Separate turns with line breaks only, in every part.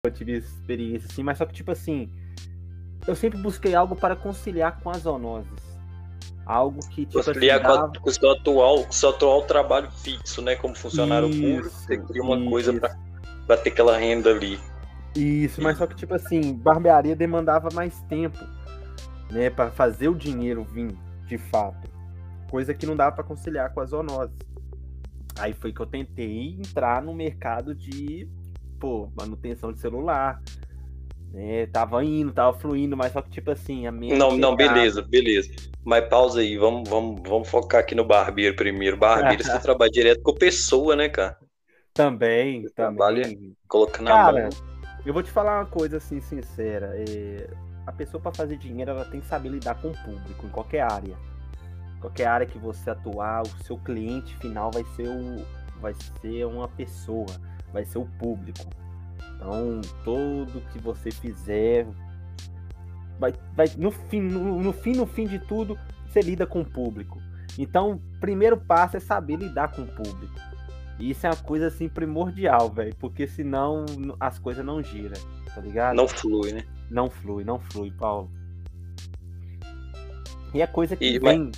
eu tive experiência assim, mas só que, tipo assim, eu sempre busquei algo para conciliar com as zoonoses. Algo que, tipo assim,
Conciliar
dava.
com o seu atual trabalho fixo, né? Como funcionário público, você
Isso,
cria uma coisa
isso,
para ter aquela renda ali.
isso, mas só que, tipo assim, barbearia demandava mais tempo, né, para fazer o dinheiro vir de fato. Coisa que não dava para conciliar com as zoonoses. Aí foi que eu tentei entrar no mercado de, manutenção de celular, né? Tava fluindo, mas só que, tipo assim, a mesma
Não,
pegada.
beleza. Mas pausa aí, vamos focar aqui no barbeiro primeiro. Barbeiro, você trabalha direto com pessoa, né, cara?
Também,
Você trabalha
também.
colocando a mão.
Cara, eu vou te falar uma coisa assim, sincera. A pessoa para fazer dinheiro, ela tem que saber lidar com o público, em qualquer área. Qualquer área que você atuar, o seu cliente final vai ser uma pessoa, vai ser o público. Então, tudo que você fizer, vai no fim de tudo, você lida com o público. Então, o primeiro passo é saber lidar com o público. E isso é uma coisa assim primordial, velho, porque senão as coisas não giram, tá ligado?
Não flui, né?
Não flui, Paulo. E é coisa que
E,
vem.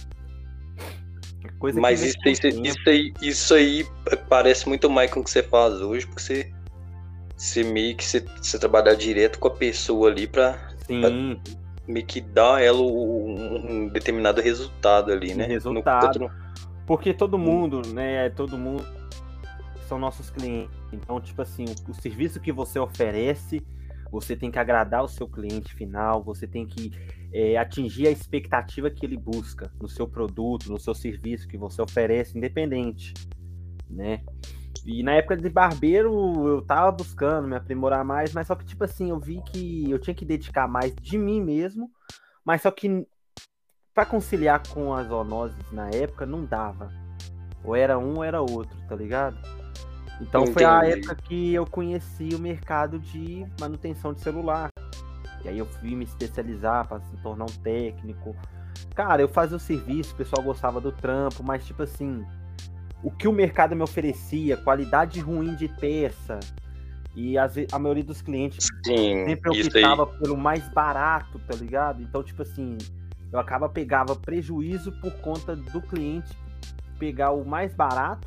É coisa que
mas
vem
isso,
com o
isso,
tempo.
isso aí parece muito mais com o que você faz hoje, porque você meio que você trabalhar direto com a pessoa ali pra
Sim,
meio que dar a ela um determinado resultado ali,
um
né?
resultado. Porque todo mundo, né? Todo mundo são nossos clientes. Então, tipo assim, o serviço que você oferece, você tem que agradar o seu cliente final, você tem que atingir a expectativa que ele busca no seu produto, no seu serviço que você oferece, independente, né? E na época de barbeiro, eu tava buscando me aprimorar mais, mas só que, tipo assim, eu vi que eu tinha que dedicar mais de mim mesmo, mas só que para conciliar com as zoonoses na época, não dava. Ou era um ou era outro, tá ligado? Então foi a
Entendi.
época que eu conheci o mercado de manutenção de celular. E aí eu fui me especializar para se tornar um técnico. Cara, eu fazia o serviço, o pessoal gostava do trampo, mas tipo assim, o que o mercado me oferecia, qualidade ruim de peça, e a maioria dos clientes
Sim,
sempre
isso aí.
optava pelo mais barato, tá ligado? Então, tipo assim, pegava prejuízo por conta do cliente pegar o mais barato,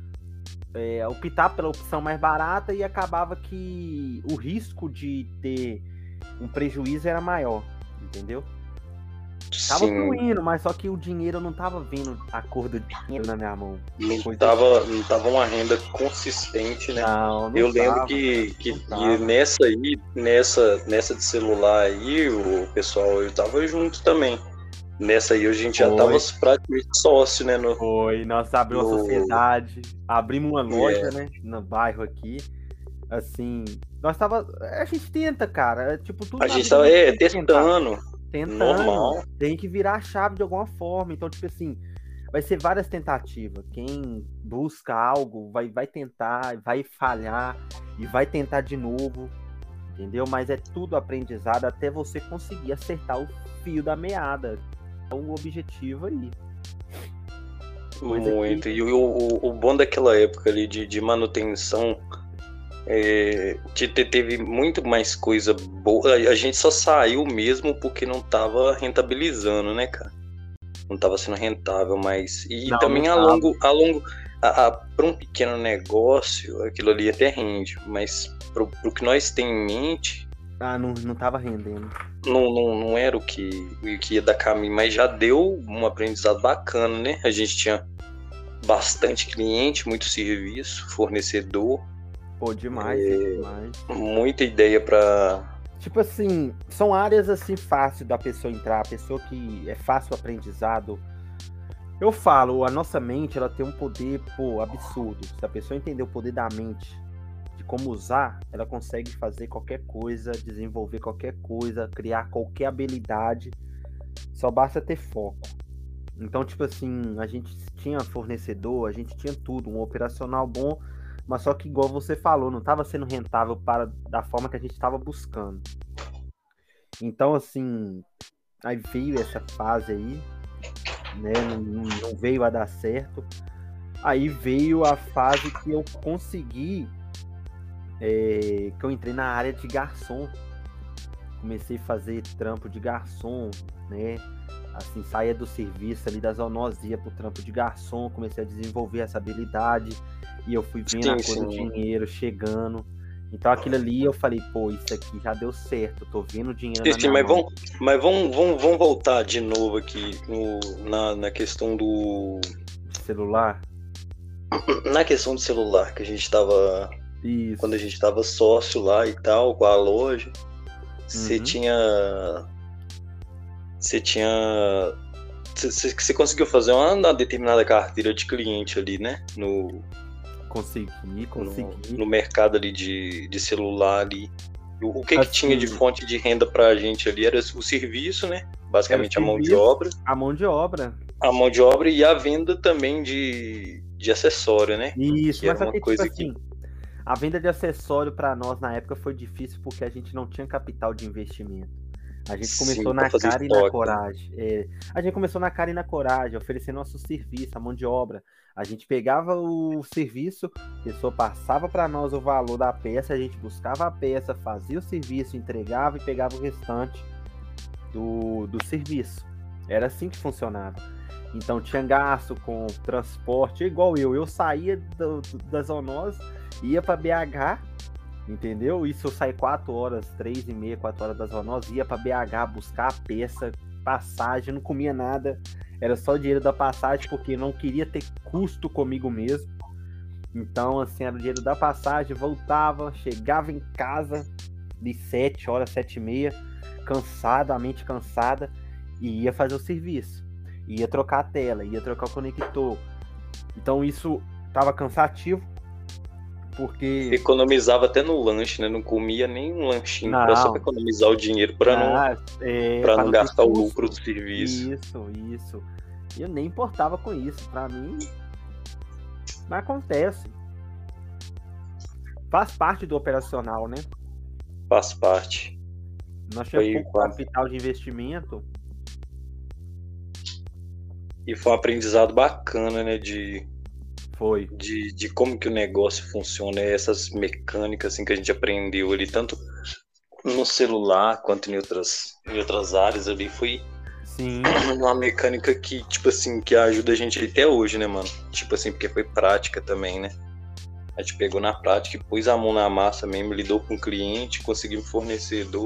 optar pela opção mais barata, e acabava que o risco de ter um prejuízo era maior, entendeu? Tava
Sim,
fluindo, mas só que o dinheiro eu não tava vendo a cor do dinheiro na minha mão.
não tava uma renda consistente, né?
Não
Eu lembro
tava, cara, não
que
tava.
nessa de celular aí, o pessoal, eu tava junto também. Nessa aí a gente já tava
Foi,
praticamente sócio, né?
foi. Nós abrimos uma
No,
sociedade, abrimos uma loja,
é,
né, no bairro aqui. Assim, nós tava. A gente tenta, cara. Tipo, tudo
a
na
gente
vida a
tava
gente tem que tentar.
testando,
Tentando.
normal.
Tem que virar a chave de alguma forma. Então, tipo assim, vai ser várias tentativas. Quem busca algo vai tentar, vai falhar e vai tentar de novo. Entendeu? Mas é tudo aprendizado até você conseguir acertar o fio da meada. É o objetivo aí. Coisa que.
Muito. E o bom daquela época ali de manutenção teve muito mais coisa boa. A gente só saiu mesmo porque não tava rentabilizando, né, cara? Não tava sendo rentável, mas. E
Não
também
tava.
para um pequeno negócio, aquilo ali até rende, mas pro que nós tem em mente,
Não tava rendendo.
não era o que ia dar caminho, mas já deu um aprendizado bacana, né? A gente tinha bastante cliente, muito serviço, fornecedor,
Pô, demais.
muita ideia para.
Tipo assim, são áreas assim fácil da pessoa entrar, a pessoa que é fácil o aprendizado. Eu falo, a nossa mente, ela tem um poder, absurdo. Se a pessoa entender o poder da mente, de como usar, ela consegue fazer qualquer coisa, desenvolver qualquer coisa, criar qualquer habilidade. Só basta ter foco. Então, tipo assim, a gente tinha fornecedor, a gente tinha tudo, um operacional bom, mas só que, igual você falou, não estava sendo rentável da forma que a gente estava buscando. Então, assim, aí veio essa fase aí, né? Não veio a dar certo. Aí veio a fase que eu consegui que eu entrei na área de garçom. Comecei a fazer trampo de garçom, né? Assim, saía do serviço ali da zoonose, ia pro trampo de garçom, comecei a desenvolver essa habilidade e eu fui vendo a coisa do dinheiro chegando. Então aquilo ali eu falei, pô, isso aqui já deu certo, eu tô vendo o dinheiro na minha mão.
Mas vamos voltar de novo aqui na questão do
celular.
Na questão do celular, que a gente tava...
Isso.
Quando a gente tava sócio lá e tal, com a loja, você conseguiu fazer uma determinada carteira de cliente ali, né?
Consegui.
No mercado ali de celular ali. O que tinha de fonte de renda pra gente ali? Era o serviço, né? Basicamente a mão de obra.
A mão de obra.
A mão de obra e a venda também de acessório, né?
Isso, mas uma coisa tipo assim, a venda de acessório para nós na época foi difícil porque a gente não tinha capital de investimento. A gente começou na cara e na coragem. A gente começou na cara e na coragem, oferecendo nosso serviço, a mão de obra. A gente pegava o serviço, a pessoa passava para nós o valor da peça, a gente buscava a peça, fazia o serviço, entregava e pegava o restante do serviço. Era assim que funcionava. Então tinha gasto com transporte, igual eu saía da zoonose, ia para BH, entendeu? Isso eu saí 4 horas, 3h30, 4 horas da zoonose, ia para BH buscar a peça, passagem, não comia nada, era só o dinheiro da passagem, porque não queria ter custo comigo mesmo. Então, assim, era o dinheiro da passagem, voltava, chegava em casa de 7 horas, 7h30, cansado, a mente cansada, e ia fazer o serviço. Ia trocar a tela, ia trocar o conector. Então isso tava cansativo, porque...
Economizava até no lanche, né? Não comia nem um lanchinho, só pra economizar o dinheiro, pra não gastar o lucro do serviço.
Isso. E eu nem importava com isso. Pra mim, não acontece. Faz parte do operacional, né?
Faz parte.
Nós tínhamos pouco capital de investimento.
E foi um aprendizado bacana, né?
Foi.
De como que o negócio funciona, essas mecânicas assim, que a gente aprendeu ali, tanto no celular quanto em outras áreas ali. Foi uma mecânica que, tipo assim, que ajuda a gente até hoje, né, mano? Tipo assim, porque foi prática também, né? A gente pegou na prática e pôs a mão na massa mesmo, lidou com o cliente, conseguiu um fornecedor.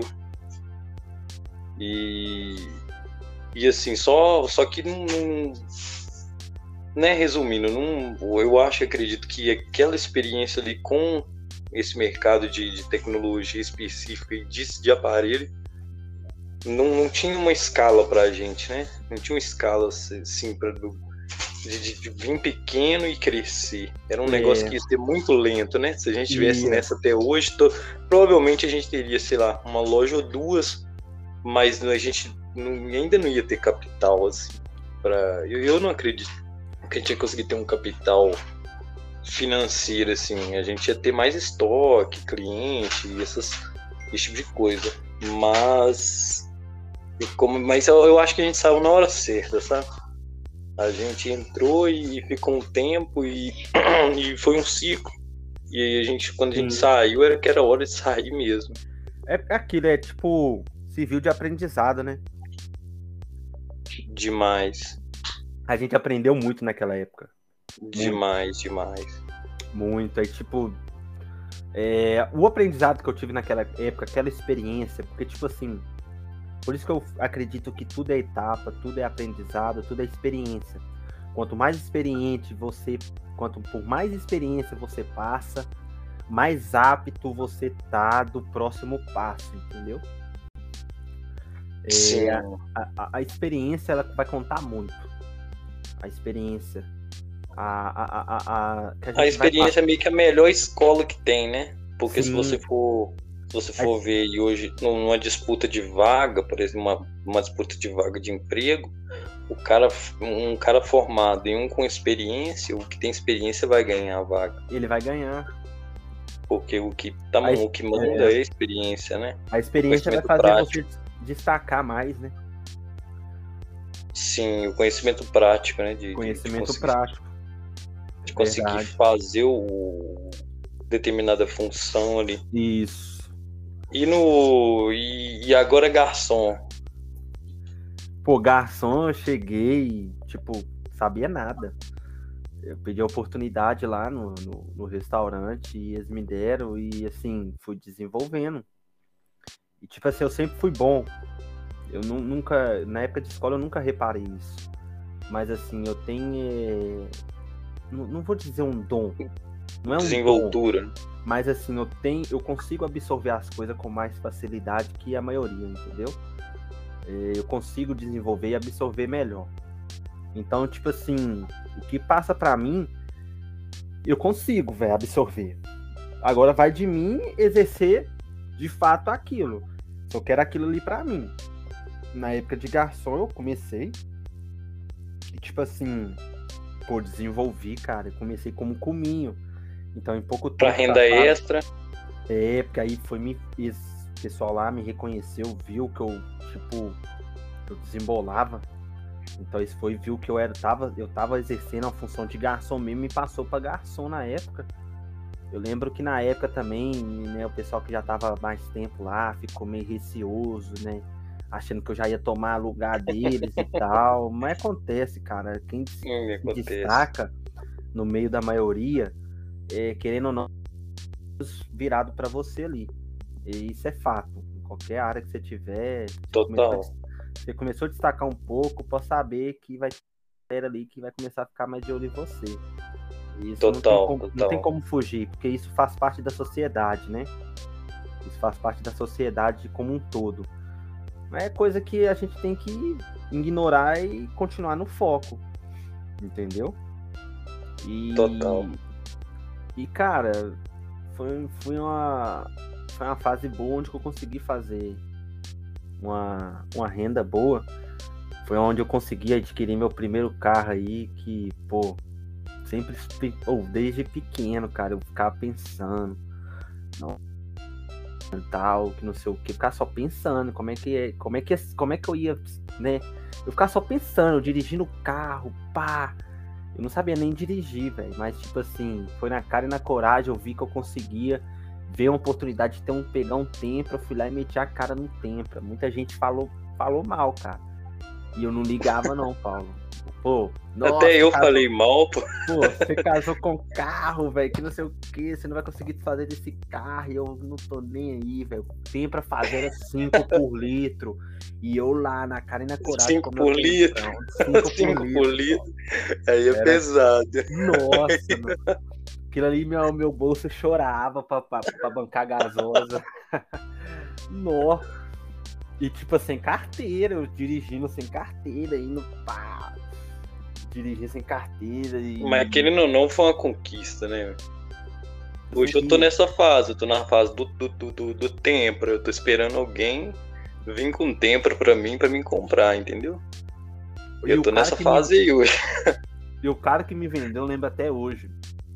E assim, só que não, né, resumindo, eu acredito que aquela experiência ali com esse mercado de tecnologia específica e de aparelho não tinha uma escala pra gente, né? Não tinha uma escala assim de vir pequeno e crescer. Era um negócio que ia ser muito lento, né? Se a gente estivesse nessa até hoje, provavelmente a gente teria, sei lá, uma loja ou duas, mas a gente ainda não ia ter capital, assim, eu não acredito que a gente ia conseguir ter um capital financeiro, assim. A gente ia ter mais estoque, cliente, esse tipo de coisa. Mas eu acho que a gente saiu na hora certa, sabe? A gente entrou e ficou um tempo e foi um ciclo. E aí quando a gente saiu, era hora de sair mesmo.
É aquilo, é tipo civil de aprendizado, né?
Demais.
A gente aprendeu muito naquela época.
Demais.
Muito. Aí, tipo, o aprendizado que eu tive naquela época, aquela experiência, porque, tipo assim, por isso que eu acredito que tudo é etapa, tudo é aprendizado, tudo é experiência. Quanto mais mais experiência você passa, mais apto você tá do próximo passo, entendeu?
Sim.
A experiência, ela vai contar muito. A experiência.
A experiência é meio que a melhor escola que tem, né? Porque se você for ver aí hoje numa disputa de vaga, por exemplo, uma disputa de vaga de emprego, um cara formado e um com experiência, o que tem experiência vai ganhar a vaga.
Ele vai ganhar.
Porque o que manda é a experiência, né?
A experiência vai fazer você destacar mais, né?
Sim, o conhecimento prático, né?
Conhecimento prático.
De conseguir fazer determinada função ali.
Isso.
E agora garçom?
Pô, garçom, eu cheguei, tipo, sabia nada. Eu pedi a oportunidade lá no restaurante e eles me deram e, assim, fui desenvolvendo. E, tipo assim, eu sempre fui bom. Eu nunca, na época de escola, eu nunca reparei isso. Mas, assim, eu tenho, não vou dizer um dom. Não é um dom.
Desenvoltura.
Mas, assim, eu consigo absorver as coisas com mais facilidade que a maioria, entendeu? Eu consigo desenvolver e absorver melhor. Então, tipo assim, o que passa pra mim, eu consigo, velho, absorver. Agora vai de mim exercer de fato aquilo. Se eu quero aquilo ali pra mim. Na época de garçom eu comecei e, tipo assim, pô, desenvolvi, cara. Eu comecei como cominho. Então, em pouco tempo...
Pra renda extra.
Porque aí esse pessoal lá me reconheceu, viu que eu, tipo, eu desembolava. Então isso viu que eu tava exercendo a função de garçom mesmo e passou pra garçom na época. Eu lembro que na época também, né, o pessoal que já tava mais tempo lá ficou meio receoso, né? Achando que eu já ia tomar lugar deles e tal. Mas acontece, cara. Quem se destaca no meio da maioria, querendo ou não, virado pra você ali. E isso é fato. Em qualquer área que você tiver,
Total.
Você começou a destacar um pouco, pode saber que vai ter ali que vai começar a ficar mais de olho em você. Isso
total.
Não tem como fugir, porque isso faz parte da sociedade, né? Isso faz parte da sociedade como um todo. Mas é coisa que a gente tem que ignorar e continuar no foco, entendeu?
Total.
E cara, foi uma fase boa onde eu consegui fazer uma renda boa. Foi onde eu consegui adquirir meu primeiro carro aí, que, pô, sempre, desde pequeno, cara, eu ficava pensando, não, tal, que não sei o que, ficar só pensando como é que eu ia, né? Eu ficava só pensando, dirigindo o carro, pá. Eu não sabia nem dirigir, velho, mas tipo assim, foi na cara e na coragem, eu vi que eu conseguia ver uma oportunidade de pegar um Tempra, eu fui lá e meti a cara no Tempra. Muita gente falou mal, cara. E eu não ligava não, Paulo. Pô, nossa,
até eu falei mal, pô.
Pô, você casou com carro, velho, que não sei o que, você não vai conseguir fazer desse carro, e eu não tô nem aí, velho. Tempra fazer 5 por litro, e eu lá na cara e na coragem.
5 por litro? 5 por litro. Aí é pesado.
Nossa, mano. Aquilo ali, meu bolso chorava pra bancar gasosa. Nossa. E tipo, sem carteira, eu dirigindo sem carteira, indo pá. Dirigir sem carteira e...
Mas querendo ou não, foi uma conquista, né? Hoje eu tô nessa fase, eu tô na fase do Tempra. Eu tô esperando alguém vir com Tempra pra mim comprar, entendeu? Eu tô nessa fase aí hoje.
E o cara que me vendeu, eu lembro até hoje.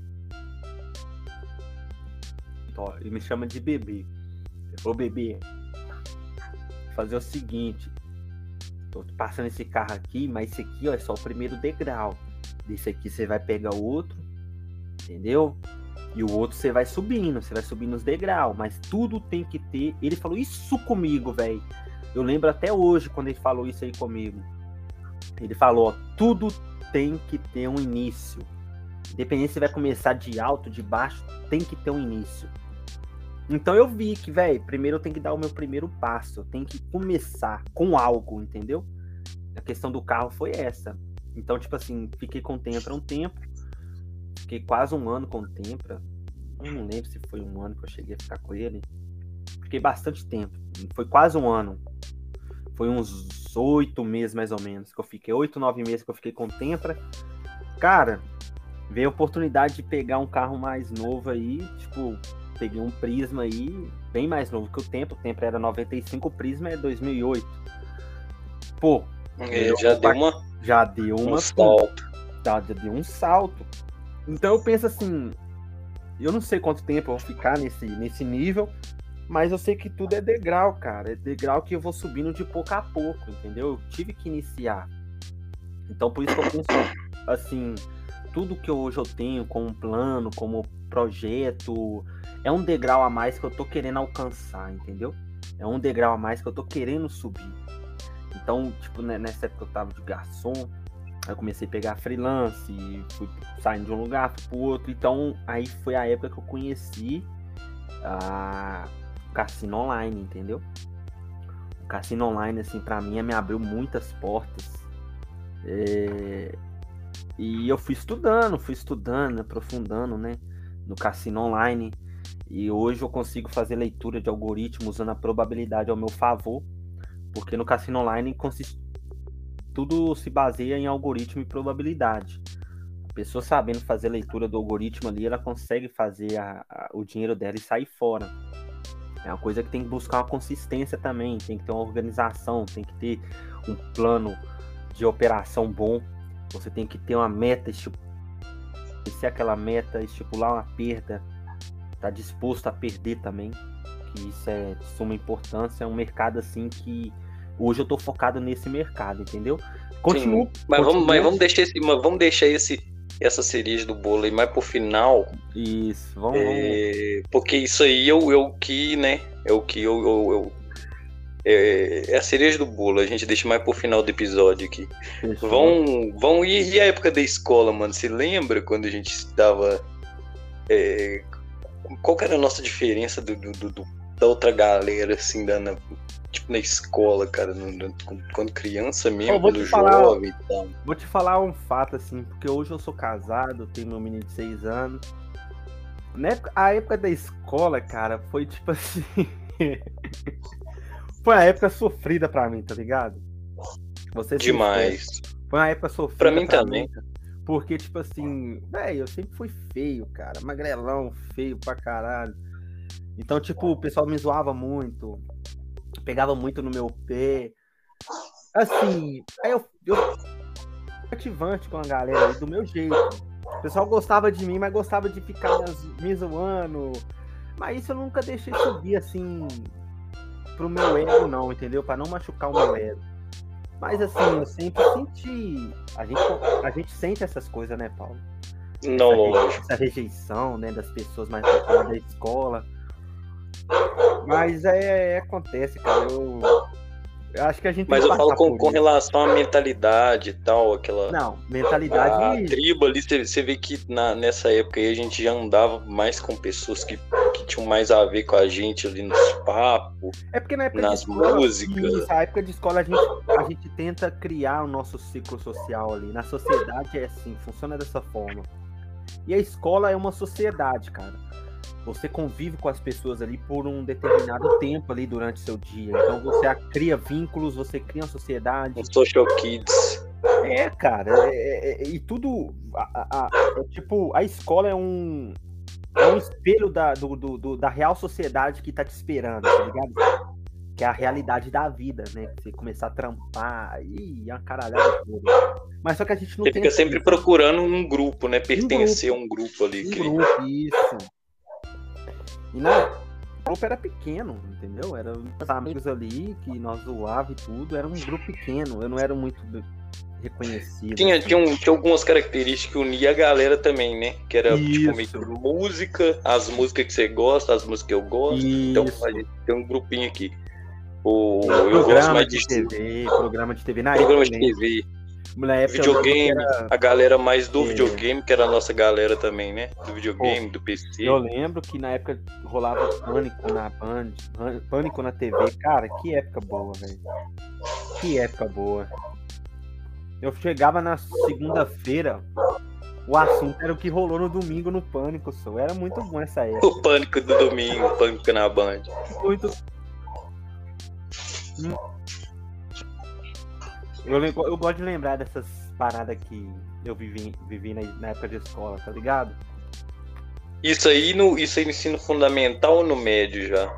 Ele me chama de bebê. Ele falou, bebê, fazer o seguinte, tô passando esse carro aqui, mas esse aqui, ó, é só o primeiro degrau. Desse aqui você vai pegar o outro, entendeu? E o outro você vai subindo os degraus, mas tudo tem que ter... Ele falou isso comigo, velho. Eu lembro até hoje quando ele falou isso aí comigo. Ele falou, ó, tudo tem que ter um início. Independente se você vai começar de alto, de baixo, tem que ter um início. Então eu vi que, velho, primeiro eu tenho que dar o meu primeiro passo. Eu tenho que começar com algo, entendeu? A questão do carro foi essa. Então, tipo assim, fiquei com o Tempra um tempo. Fiquei quase um ano com o Tempra. Eu não lembro se foi um ano que eu cheguei a ficar com ele. Fiquei bastante tempo. Foi quase um ano. Foi uns 8 meses, mais ou menos, que eu fiquei. 8, 9 meses que eu fiquei com o Tempra. Cara, veio a oportunidade de pegar um carro mais novo aí, tipo... Peguei um Prisma aí, bem mais novo que o Tempra. O Tempra era 95, o Prisma é 2008. Pô, já deu um salto. Já deu um salto. Então eu penso assim, eu não sei quanto tempo eu vou ficar nesse nível, mas eu sei que tudo é degrau, cara. É degrau que eu vou subindo de pouco a pouco, entendeu? Eu tive que iniciar. Então por isso que eu penso assim, tudo que hoje eu tenho como plano, como projeto, é um degrau a mais que eu tô querendo alcançar, entendeu? É um degrau a mais que eu tô querendo subir. Então, tipo, nessa época eu tava de garçom, aí eu comecei a pegar freelance, fui saindo de um lugar, fui pro outro. Então, aí foi a época que eu conheci o cassino online, entendeu? O cassino online, assim, pra mim, me abriu muitas portas. E eu fui estudando, aprofundando, né, no cassino online. E hoje eu consigo fazer leitura de algoritmos usando a probabilidade ao meu favor, porque no cassino online tudo se baseia em algoritmo e probabilidade. A pessoa sabendo fazer leitura do algoritmo ali, ela consegue fazer o dinheiro dela e sair fora. É uma coisa que tem que buscar uma consistência também, tem que ter uma organização, tem que ter um plano de operação bom. Você tem que ter uma meta, se aquela meta estipular uma perda, tá disposto a perder também, que isso é de suma importância. É um mercado assim que hoje eu tô focado nesse mercado, entendeu?
Continuo. Mas vamos deixar essa cereja do bolo aí mais pro final.
Isso, vamos.
Porque isso aí é o que, né? É a cereja do bolo. A gente deixa mais pro final do episódio aqui. Vão ir. E a época da escola, mano? Você lembra quando a gente estava. Qual que era a nossa diferença da outra galera, assim, tipo, na escola, cara, quando criança mesmo, quando jovem e tal?
Vou te falar um fato, assim, porque hoje eu sou casado, tenho meu menino de 6 anos. A época da escola, cara, foi tipo assim... foi uma época sofrida pra mim, tá ligado?
Demais.
Foi uma época sofrida
pra mim também.
Porque, tipo assim, velho, eu sempre fui feio, cara. Magrelão, feio pra caralho. Então, tipo, o pessoal me zoava muito. Pegava muito no meu pé. Assim, aí eu cativante com a galera aí, do meu jeito. O pessoal gostava de mim, mas gostava de ficar me zoando. Mas isso eu nunca deixei subir, assim, pro meu ego, não, entendeu? Pra não machucar o meu ego. Mas assim, eu sempre senti. A gente sente essas coisas, né, Paulo?
Não, lógico.
Essa rejeição, né, das pessoas mais populares da escola. Mas acontece, cara. Eu acho que a gente.
Mas eu falo com relação à mentalidade e tal, aquela.
Não, mentalidade.
A tribo ali, você vê que nessa época aí a gente já andava mais com pessoas que tinham mais a ver com a gente ali nos papos.
É porque na época
nas
de escola,
músicas.
Isso, a época de escola a gente tenta criar o nosso ciclo social ali. Na sociedade é assim, funciona dessa forma. E a escola é uma sociedade, cara. Você convive com as pessoas ali por um determinado tempo ali durante seu dia. Então você cria vínculos, você cria uma sociedade.
Os social kids.
Cara. E tudo... tipo, a escola é um espelho da real sociedade que tá te esperando, tá ligado? Que é a realidade da vida, né? Que você começar a trampar e a caralhada toda. Mas só que a gente não
tem... Você fica sempre procurando um grupo, né? Pertencer a um grupo ali.
Grupo, isso. E o grupo era pequeno, entendeu? Eram os amigos ali que nós zoava e tudo. Era um grupo pequeno. Eu não era muito reconhecido.
Tinha algumas características que unia a galera também, né? Que era tipo meio que música, as músicas que você gosta, as músicas que eu gosto. Isso. Então a gente tem um grupinho aqui. Eu gosto mais de
TV, programa de TV na
programa de TV. Videogame, a galera mais do videogame, que era a nossa galera também, né? Do videogame, do PC.
Eu lembro que na época rolava Pânico na Band, Pânico na TV. Cara, que época boa, velho. Que época boa. Eu chegava na segunda-feira, o assunto era o que rolou no domingo no Pânico, só. Era muito bom essa época.
O Pânico do domingo, o Pânico na Band.
Muito. Eu gosto de lembrar dessas paradas que eu vivi na época de escola, tá ligado?
Isso aí no ensino fundamental ou no médio já?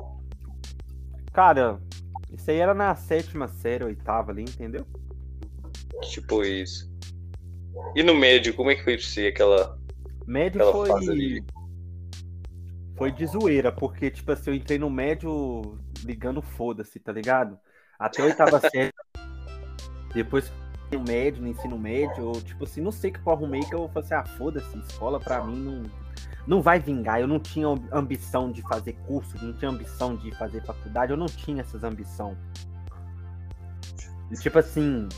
Cara, isso aí era na 7ª série, 8ª ali, entendeu?
Tipo isso. E no médio, como é que foi pra você aquela
médio fase ali? Foi de zoeira, porque, tipo assim, eu entrei no médio ligando foda-se, tá ligado? Até 8ª série. Depois no médio, no ensino médio, eu, tipo assim, não sei o que eu arrumei, que eu falei assim, foda-se, escola pra mim não vai vingar. Eu não tinha ambição de fazer curso, não tinha ambição de fazer faculdade, eu não tinha essas ambições. E, tipo assim,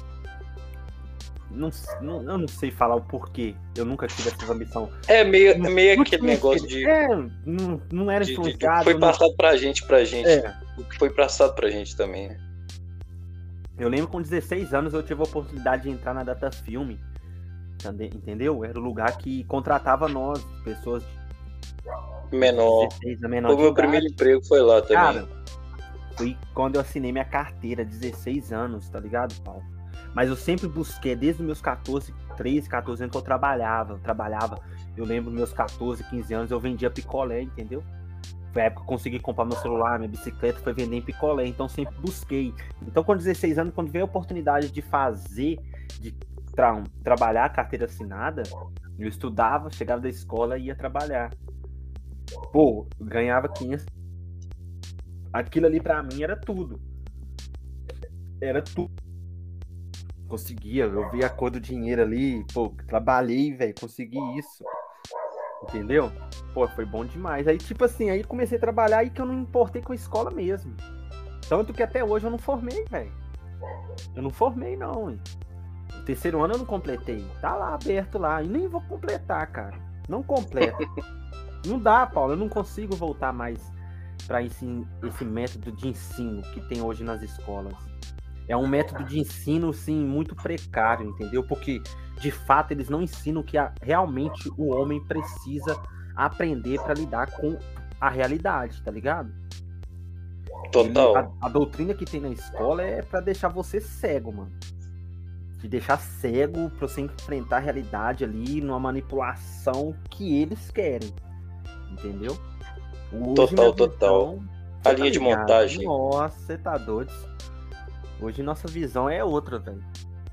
eu não sei falar o porquê. Eu nunca tive essa ambição.
Meio aquele negócio de.
Não era influenciado.
Foi passado pra gente. O que foi passado pra gente também, né?
Eu lembro com 16 anos eu tive a oportunidade de entrar na Data Filme. Entendeu? Era o lugar que contratava nós, pessoas
menor. 16, o meu primeiro emprego foi lá também.
Cara, foi quando eu assinei minha carteira, 16 anos, tá ligado, Paulo? Mas eu sempre busquei, desde os meus 13, 14 anos que eu trabalhava. Eu lembro meus 14, 15 anos, eu vendia picolé, entendeu? Foi a época que eu consegui comprar meu celular, minha bicicleta, foi vender em picolé, então sempre busquei. Então com 16 anos, quando veio a oportunidade de fazer, de trabalhar a carteira assinada, eu estudava, chegava da escola e ia trabalhar. Pô, eu ganhava 500. Aquilo ali pra mim era tudo. Era tudo. Conseguia, eu vi a cor do dinheiro ali, pô, trabalhei, velho, consegui isso. Entendeu? Pô, foi bom demais. Aí, tipo assim, aí comecei a trabalhar e que eu não importei com a escola mesmo. Tanto que até hoje eu não formei, velho. Eu não formei, não, hein? O terceiro ano eu não completei. Tá lá, aberto lá. E nem vou completar, cara. Não completo. Não dá, Paulo. Eu não consigo voltar mais para esse método de ensino que tem hoje nas escolas. É um método de ensino, sim, muito precário, entendeu? Porque, de fato, eles não ensinam o que realmente o homem precisa aprender para lidar com a realidade, tá ligado?
Total.
A doutrina que tem na escola é para deixar você cego, mano. De deixar cego para você enfrentar a realidade ali numa manipulação que eles querem, entendeu? Hoje,
total. A linha de montagem.
Nossa, você tá doido. Hoje nossa visão é outra, velho.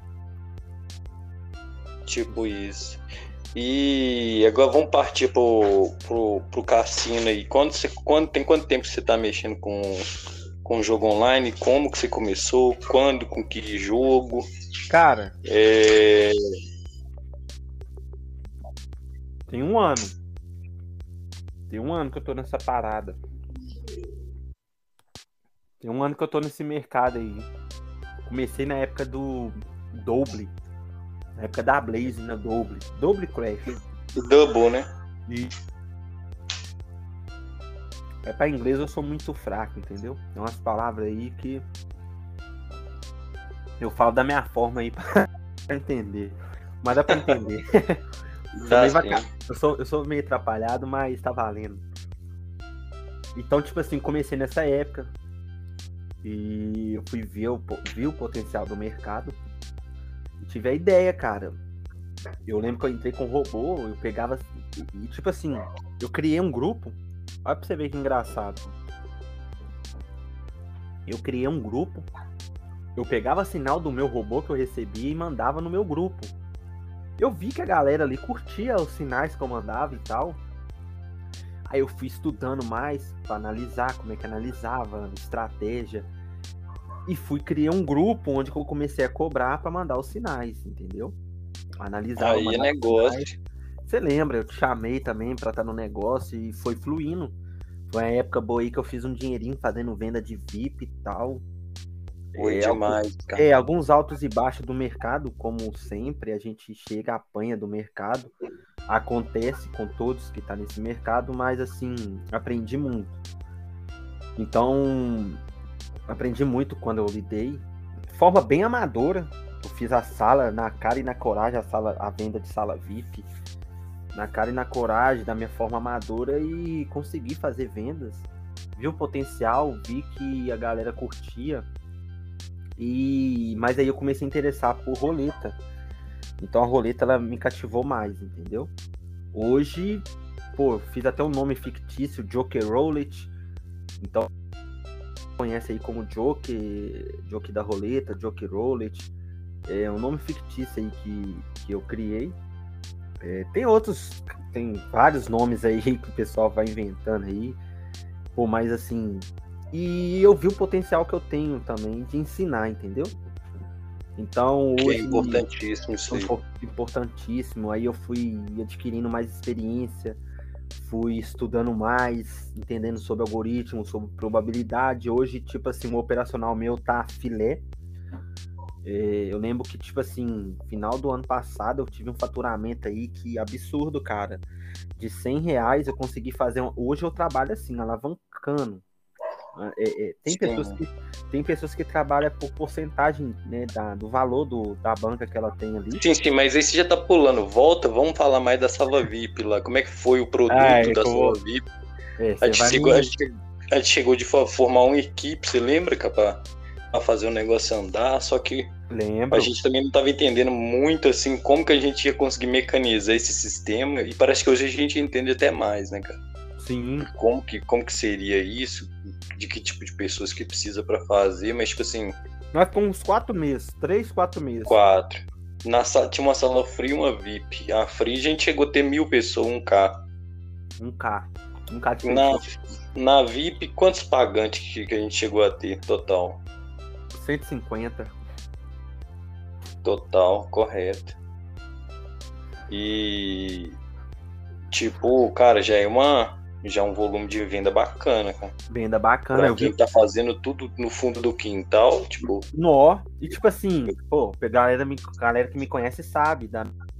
Tipo isso. E agora vamos partir pro cassino aí. Tem quanto tempo você tá mexendo com jogo online? Como que você começou? Quando? Com que jogo?
Cara, tem um ano. Tem um ano que eu tô nessa parada. Tem um ano que eu tô nesse mercado aí. Comecei na época do Double. Na época da Blaze, na Double. Double Crash.
Double, né?
E... pra inglês eu sou muito fraco, entendeu? Tem umas palavras aí que eu falo da minha forma aí pra entender. Mas dá pra entender. Eu sou meio atrapalhado, mas tá valendo. Então, tipo assim, comecei nessa época. E eu fui ver o potencial do mercado. E tive a ideia, cara. Eu lembro que eu entrei com um robô, eu pegava. E tipo assim, eu criei um grupo. Olha pra você ver que engraçado. Eu criei um grupo. Eu pegava sinal do meu robô que eu recebia e mandava no meu grupo. Eu vi que a galera ali curtia os sinais que eu mandava e tal. Aí eu fui estudando mais para analisar como é que analisava, estratégia. E criar um grupo onde eu comecei a cobrar para mandar os sinais, entendeu? Analisar.
Aí é negócio.
Você lembra, eu te chamei também para estar no negócio e foi fluindo. Foi a época boa aí que eu fiz um dinheirinho fazendo venda de VIP e tal.
Foi demais, cara.
Alguns altos e baixos do mercado, como sempre, a gente chega, apanha do mercado. Acontece com todos que tá nesse mercado, mas assim, aprendi muito. Então, aprendi muito quando eu lidei. De forma bem amadora. Eu fiz a sala na cara e na coragem, a venda de sala VIP. Na cara e na coragem, da minha forma amadora, e consegui fazer vendas. Vi o potencial, vi que a galera curtia. Mas aí eu comecei a interessar por roleta. Então a roleta ela me cativou mais, entendeu? Hoje, fiz até um nome fictício, Joker Roulette. Então, conhece aí como Joker da roleta, Joker Roulette. É um nome fictício aí que eu criei. Tem vários nomes aí que o pessoal vai inventando aí. Mas assim... E eu vi o potencial que eu tenho também de ensinar, entendeu? Então, hoje...
É importantíssimo isso aí.
Importantíssimo. Aí eu fui adquirindo mais experiência. fui estudando mais, entendendo sobre algoritmo, sobre probabilidade. Hoje, tipo assim, o operacional meu tá filé. Eu lembro que, tipo assim, final do ano passado eu tive um faturamento aí que absurdo, cara. De R$ 100 eu consegui fazer. Hoje eu trabalho assim, alavancando.
Sim.
Tem pessoas que trabalham por porcentagem, né, do valor da banca que ela tem ali.
Sim, sim, mas aí você já tá pulando. Volta, vamos falar mais da sala VIP lá. Como é que foi o
Ah,
produto
é
da
que eu
sala
vou.
VIP? A
Você
gente
vai
chegou, a
me.
gente, a gente chegou de formar uma equipe, você lembra, cara, pra fazer o negócio andar, só que a
Lembro.
gente também não estava entendendo muito assim como que a gente ia conseguir mecanizar esse sistema e parece que hoje a gente entende até mais, né, cara?
Sim.
Como que seria isso, de que tipo de pessoas que precisa para fazer, mas tipo assim,
Nós ficamos uns 4 meses, 3, 4 meses.
4. Tinha uma sala free e uma VIP. A free a gente chegou a ter 1.000 pessoas, 1K.
1K. 1K de
Na,
pessoa.
na VIP, quantos pagantes que a gente chegou a ter total?
150.
Total, correto. E tipo, cara, já é um volume de venda bacana, cara.
Venda bacana.
Pra
Eu
quem
vi.
tá fazendo tudo no fundo do quintal, tipo,
Nó. E tipo assim, pô, a galera que me conhece sabe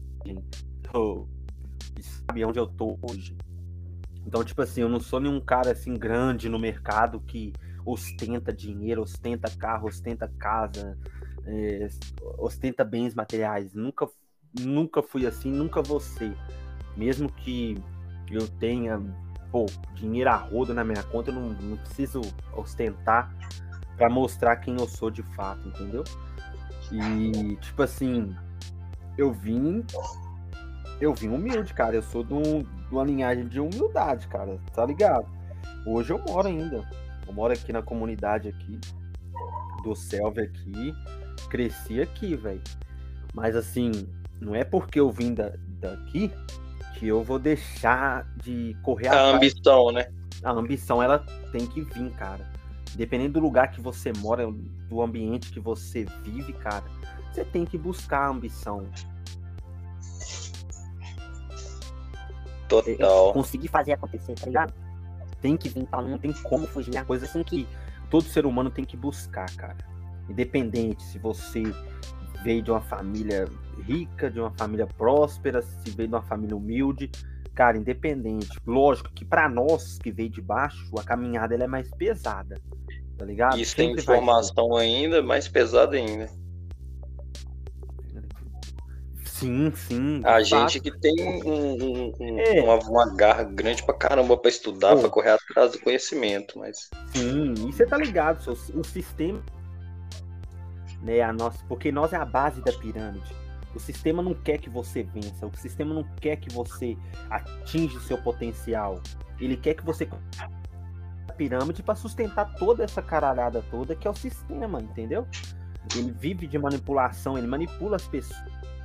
sabe onde eu tô hoje. Então, tipo assim, eu não sou nenhum cara assim grande no mercado que ostenta dinheiro, ostenta carro, ostenta casa, é, ostenta bens materiais. Nunca fui assim, nunca vou ser. Mesmo que eu tenha, pô, dinheiro a rodo na minha conta, eu não preciso ostentar para mostrar quem eu sou de fato, entendeu? E, tipo assim, eu vim humilde, cara. Eu sou de uma linhagem de humildade, cara. Tá ligado? Hoje eu moro ainda. Eu moro aqui na comunidade aqui, do Selva aqui. Cresci aqui, velho. Mas assim, não é porque eu vim daqui que eu vou deixar de correr
a
atrás.
ambição, né?
A ambição, ela tem que vir, cara. Dependendo do lugar que você mora, do ambiente que você vive, cara, você tem que buscar a ambição.
Total.
Conseguir fazer acontecer, tá ligado? Tem que vir, tá? Não tem como fugir. É uma coisa assim que todo ser humano tem que buscar, cara. Independente se você veio de uma família rica, de uma família próspera, se veio de uma família humilde, cara, independente. Lógico que para nós que veio de baixo, a caminhada ela é mais pesada, tá ligado?
E sem
Sempre vai ser.
informação ainda, mais pesado ainda.
Sim, sim, de
A
fato.
gente que tem
É,
uma garra grande pra caramba pra estudar, pra
pô,
correr atrás do conhecimento, mas
sim, e você tá ligado, o sistema, né, porque nós é a base da pirâmide. O sistema não quer que você vença, o sistema não quer que você atinja o seu potencial. Ele quer que você a pirâmide para sustentar toda essa caralhada toda que é o sistema, entendeu? Ele vive de manipulação, ele manipula as pessoas.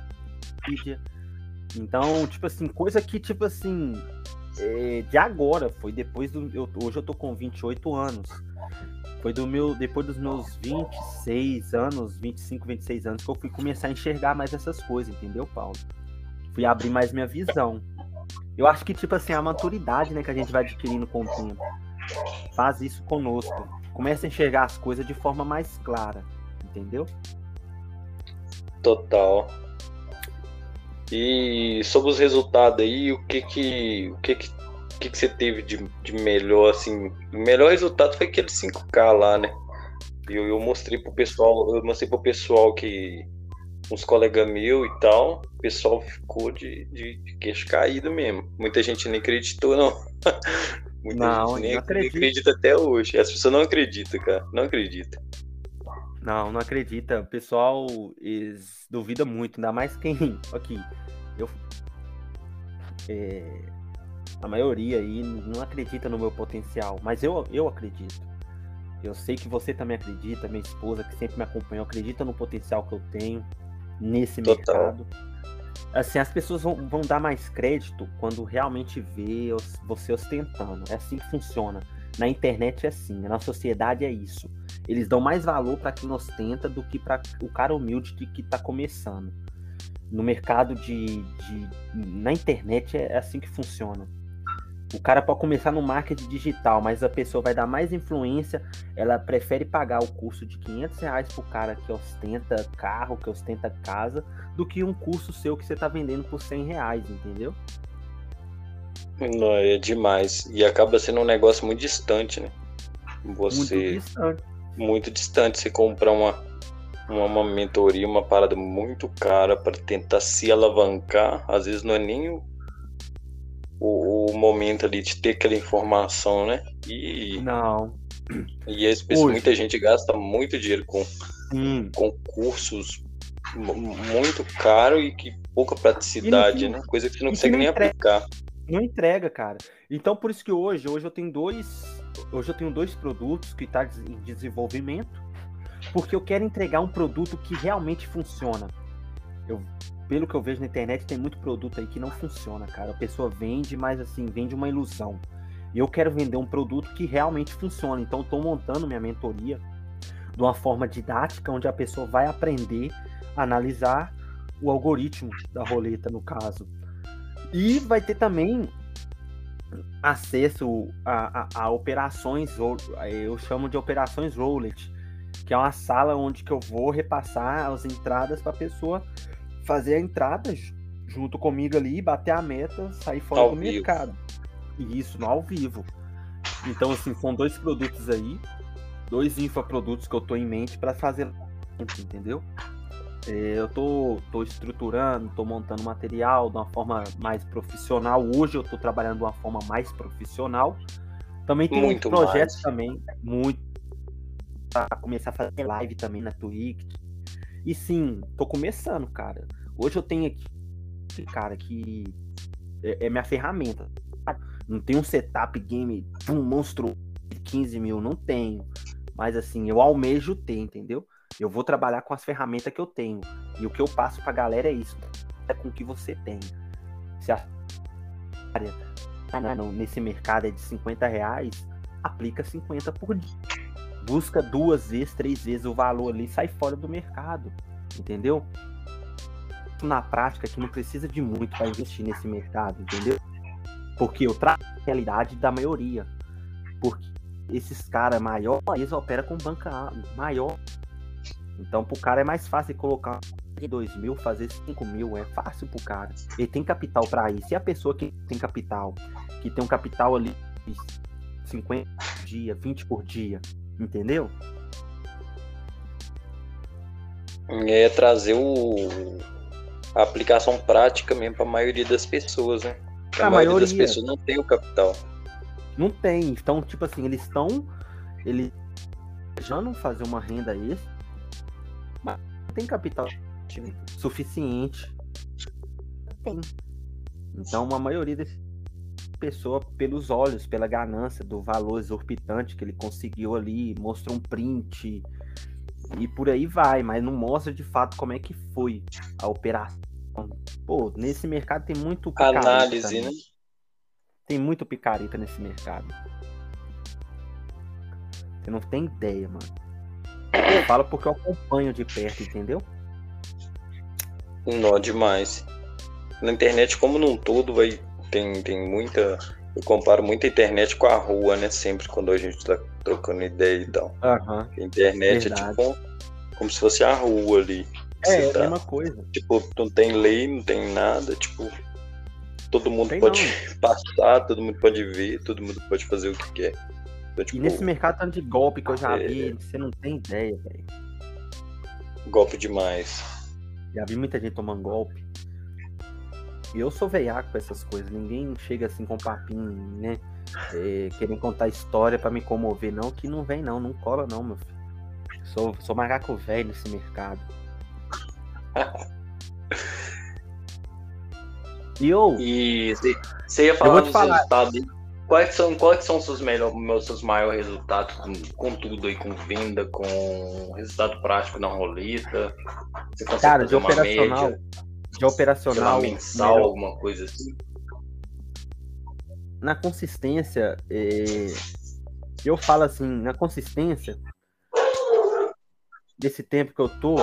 Então, tipo assim, coisa que, tipo assim, de agora, foi depois hoje eu tô com 28 anos. Foi depois dos meus 26 anos, 25, 26 anos, que eu fui começar a enxergar mais essas coisas, entendeu, Paulo? Fui abrir mais minha visão. Eu acho que, tipo assim, a maturidade, né, que a gente vai adquirindo com o tempo, faz isso conosco. Começa a enxergar as coisas de forma mais clara, entendeu?
total. E sobre os resultados aí, o que você teve de melhor, assim? O melhor resultado foi aquele 5K lá, né? Eu mostrei pro pessoal que uns colegas meus e tal, o pessoal ficou de queixo caído mesmo. Muita gente nem acreditou, não. Muita
Não,
gente
não
nem
acredito.
acredita até hoje. As pessoas não acreditam, cara. Não acreditam.
Não acredita. O pessoal duvida muito, ainda mais quem. Aqui, eu, a maioria aí não acredita no meu potencial, mas eu acredito. Eu sei que você também acredita, minha esposa, que sempre me acompanhou, acredita no potencial que eu tenho nesse
Total.
mercado. Assim, as pessoas vão dar mais crédito quando realmente vê você ostentando. É assim que funciona. Na internet é assim, na sociedade é isso. Eles dão mais valor para quem ostenta do que para o cara humilde que está começando. No mercado na internet é assim que funciona. O cara pode começar no marketing digital, mas a pessoa vai dar mais influência, ela prefere pagar o curso de R$ 500 pro cara que ostenta carro, que ostenta casa, do que um curso seu que você tá vendendo por R$ 100, entendeu?
Não, é demais. E acaba sendo um negócio muito distante, né? Você... Muito distante. Você comprar uma mentoria, uma parada muito cara para tentar se alavancar. Às vezes não é nem o momento ali de ter aquela informação, né?
Não.
E muita gente gasta muito dinheiro com cursos muito caros e que pouca praticidade, né? Coisa que você não consegue nem aplicar.
Não entrega, cara. Então por isso que hoje eu tenho dois produtos que estão em desenvolvimento, porque eu quero entregar um produto que realmente funciona. Pelo que eu vejo na internet, tem muito produto aí que não funciona, cara. A pessoa vende, mas assim, vende uma ilusão. E eu quero vender um produto que realmente funciona. Então eu tô montando minha mentoria de uma forma didática, onde a pessoa vai aprender a analisar o algoritmo da roleta, no caso. E vai ter também acesso a operações, eu chamo de operações roulette, que é uma sala onde que eu vou repassar as entradas para a pessoa fazer a entrada junto comigo ali, bater a meta, sair fora do mercado. E isso no ao vivo. Então, assim, são dois produtos aí, dois infoprodutos que eu tô em mente para fazer, entendeu? Eu tô estruturando, tô montando material de uma forma mais profissional. Hoje eu tô trabalhando de uma forma mais profissional. Também tem muito projetos também, muito, para começar a fazer live também na Twitch. E sim, tô começando, cara. Hoje eu tenho aqui, cara, que é minha ferramenta. Não tem um setup game monstro de 15 mil, não tenho. Mas assim, eu almejo ter, entendeu? Eu vou trabalhar com as ferramentas que eu tenho. E o que eu passo pra galera é isso. É com o que você tem. Se a área nesse mercado é de R$50, aplica 50 por dia. Busca 2 vezes, 3 vezes o valor ali e sai fora do mercado. Entendeu? Na prática, que não precisa de muito para investir nesse mercado, entendeu? Porque eu trago a realidade da maioria. Porque esses caras maiores, eles operam com banca maior. Então, pro cara é mais fácil colocar 2 mil, fazer 5 mil, é fácil pro cara. Ele tem capital para isso. E a pessoa que tem capital, que tem um capital ali de 50 por dia, 20 por dia, entendeu?
É trazer a aplicação prática mesmo para a maioria das pessoas, né? Porque a maioria das pessoas não tem o capital.
Não tem. Então, tipo assim, eles já não fazer uma renda extra, mas não tem capital suficiente. Tem. Então, a maioria das pessoas, pelos olhos, pela ganância do valor exorbitante que ele conseguiu ali, mostra um print e por aí vai, mas não mostra de fato como é que foi a operação. Pô, nesse mercado tem muito picareta.
Análise, né?
Tem muito picareta nesse mercado. Você não tem ideia, mano. Eu falo porque eu acompanho de perto, entendeu?
Não, demais. Na internet, como num todo, tem muita... Eu comparo muito a internet com a rua, né? Sempre quando a gente tá trocando ideia e tal.
A
internet verdade. É tipo como se fosse a rua ali.
É a mesma coisa.
Tipo, não tem lei, não tem nada, tipo... Todo mundo pode passar, todo mundo pode ver, todo mundo pode fazer o que quer. Então, tipo,
e nesse mercado tanto de golpe que eu já vi, você não tem ideia, velho.
Golpe demais.
Já vi muita gente tomando golpe. E eu sou veiaco com essas coisas. Ninguém chega assim com papinho, né? Querendo contar história pra me comover, não. Que não vem, não cola, não, meu filho. Sou macaco velho nesse mercado.
E você ia falar dos resultados. Quais são os seus maiores resultados com tudo aí, com venda, com resultado prático na roleta? Você consegue
cara,
fazer uma média?
De operacional.
Mensal, alguma coisa assim?
Na consistência, eu falo assim, na consistência desse tempo que eu tô,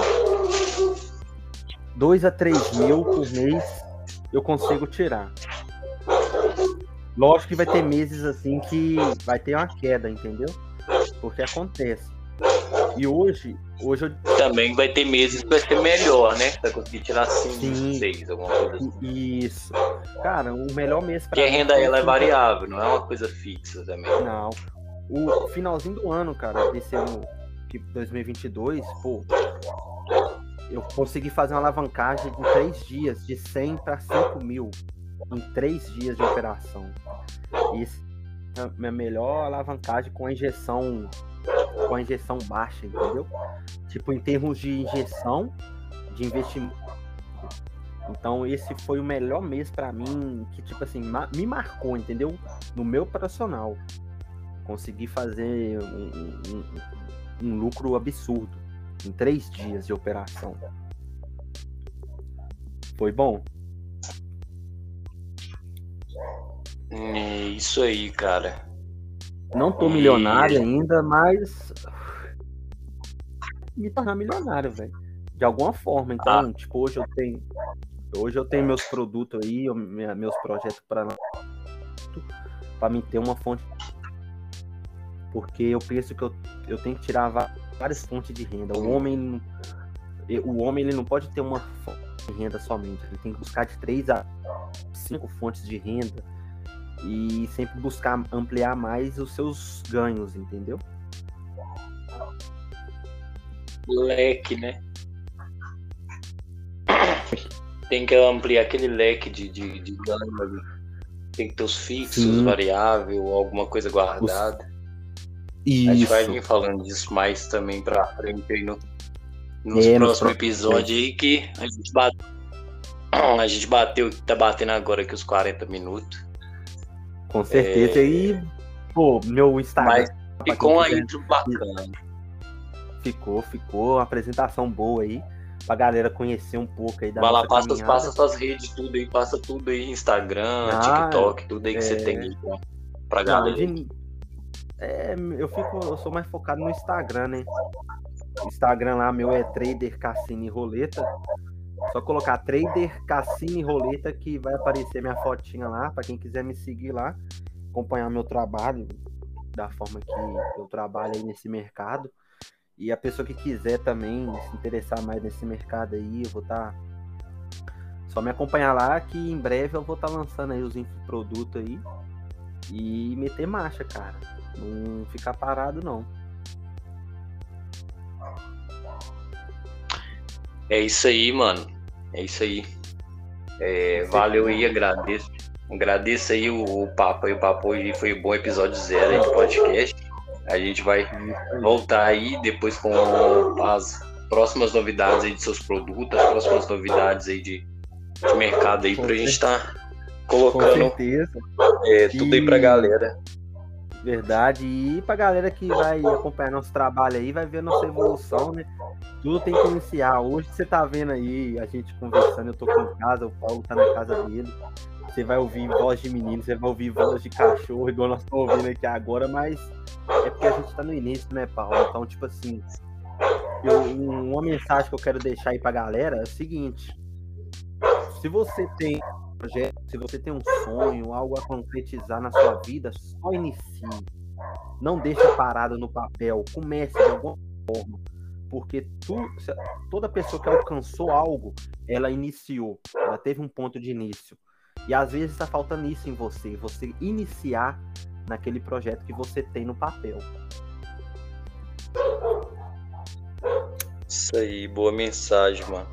2 a 3 mil por mês eu consigo tirar. Lógico que vai ter meses assim que vai ter uma queda, entendeu? Porque acontece. E hoje eu...
Também vai ter meses que vai ser melhor, né? Vai conseguir tirar 5,
Sim,
6, alguma coisa assim.
isso. Cara, o melhor mês para
Porque a
mim
renda
foi
ela é
assim,
variável, não é uma coisa fixa também.
não. O finalzinho do ano, cara, desse ano que 2022, pô, eu consegui fazer uma alavancagem de 3 dias, de 100 para 5 mil, em 3 dias de operação. Isso é a minha melhor alavancagem com a injeção baixa, entendeu? Tipo, em termos de injeção, de investimento. Então, esse foi o melhor mês para mim, que, tipo assim, me marcou, entendeu? No meu operacional. Consegui fazer um lucro absurdo em 3 dias de operação. Foi bom.
É isso aí, cara.
Não tô milionário ainda, mas me tornar milionário, velho. De alguma forma. Então, tipo, hoje eu tenho meus produtos aí, meus projetos para me ter uma fonte. Porque eu penso que eu tenho que tirar várias fontes de renda. O homem ele não pode ter uma fonte de renda somente. Ele tem que buscar de 3 a 5 fontes de renda e sempre buscar ampliar mais os seus ganhos, entendeu?
Leque, né? Tem que ampliar aquele leque de ganho ali. Tem que ter os fixos,
Sim.
variável, alguma coisa guardada.
Isso.
A gente vai vir falando disso mais também pra frente aí nos próximos episódios aí, que a gente bateu, tá batendo agora aqui os 40 minutos.
Com certeza. E, pô, meu Instagram.
Mas ficou aí bacana.
Ficou uma apresentação boa aí, pra galera conhecer um pouco aí da
Vai lá,
nossa caminhada.
passa suas redes, tudo aí, passa tudo aí, Instagram, TikTok, tudo aí que você tem aí pra galera.
Eu sou mais focado no Instagram, né? Instagram lá, meu é Trader Cassini Roleta. Só colocar Trader Cassini Roleta que vai aparecer minha fotinha lá, pra quem quiser me seguir lá, acompanhar meu trabalho, da forma que eu trabalho aí nesse mercado. E a pessoa que quiser também se interessar mais nesse mercado aí, eu vou estar... Só me acompanhar lá que em breve eu vou estar lançando aí os infoprodutos aí e meter marcha, cara. Não ficar parado, não.
É isso aí, mano. É isso aí. Valeu aí, agradeço. Agradeço aí o papo. O papo hoje foi um bom episódio 0 aí do podcast. A gente vai voltar aí depois com as próximas novidades aí de seus produtos, as próximas novidades aí de mercado aí, pra gente estar colocando tudo aí pra galera.
Verdade. E pra galera que vai acompanhar nosso trabalho aí, vai ver nossa evolução, né? Tudo tem que iniciar. Hoje você tá vendo aí a gente conversando, eu tô aqui em casa, o Paulo tá na casa dele. Você vai ouvir voz de menino, você vai ouvir voz de cachorro, igual nós estamos ouvindo aqui agora, mas é porque a gente tá no início, né, Paulo? Então, tipo assim, uma mensagem que eu quero deixar aí pra galera é o seguinte: se você tem um projeto, se você tem um sonho, algo a concretizar na sua vida, só inicie. Não deixe parado no papel, comece de alguma forma. Porque toda pessoa que alcançou algo, ela iniciou, ela teve um ponto de início. E às vezes está faltando isso em você iniciar naquele projeto que você tem no papel.
Isso aí, boa mensagem, mano.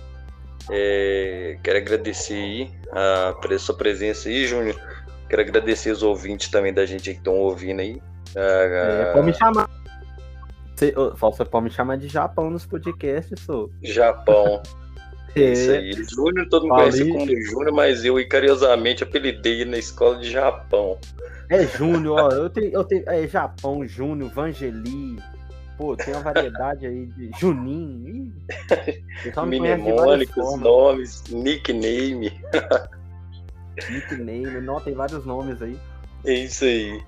Quero agradecer aí a sua presença aí, Júnior. Quero agradecer os ouvintes também da gente que estão ouvindo aí.
Pode me chamar. Você pode me chamar de Japão nos podcasts, sou.
Japão. Isso aí. Júnior, todo mundo conhece como Júnior, mas eu carinhosamente apelidei na escola de Japão.
É Júnior, ó. Eu tenho Japão, Júnior, Vangeli. Pô, tem uma variedade aí de Juninho.
Mnemônicos, nomes, nickname.
Nickname, não, tem vários nomes aí.
É isso aí.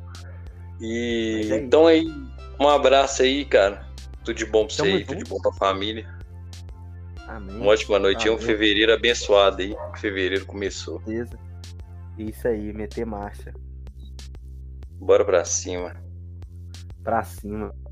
Então aí, um abraço aí, cara. Tudo de bom pra você aí, tudo de bom pra família.
Amém.
Uma ótima noite. Um fevereiro abençoado aí. Fevereiro começou.
Beleza. Isso aí, meter marcha.
Bora pra cima.
Pra cima.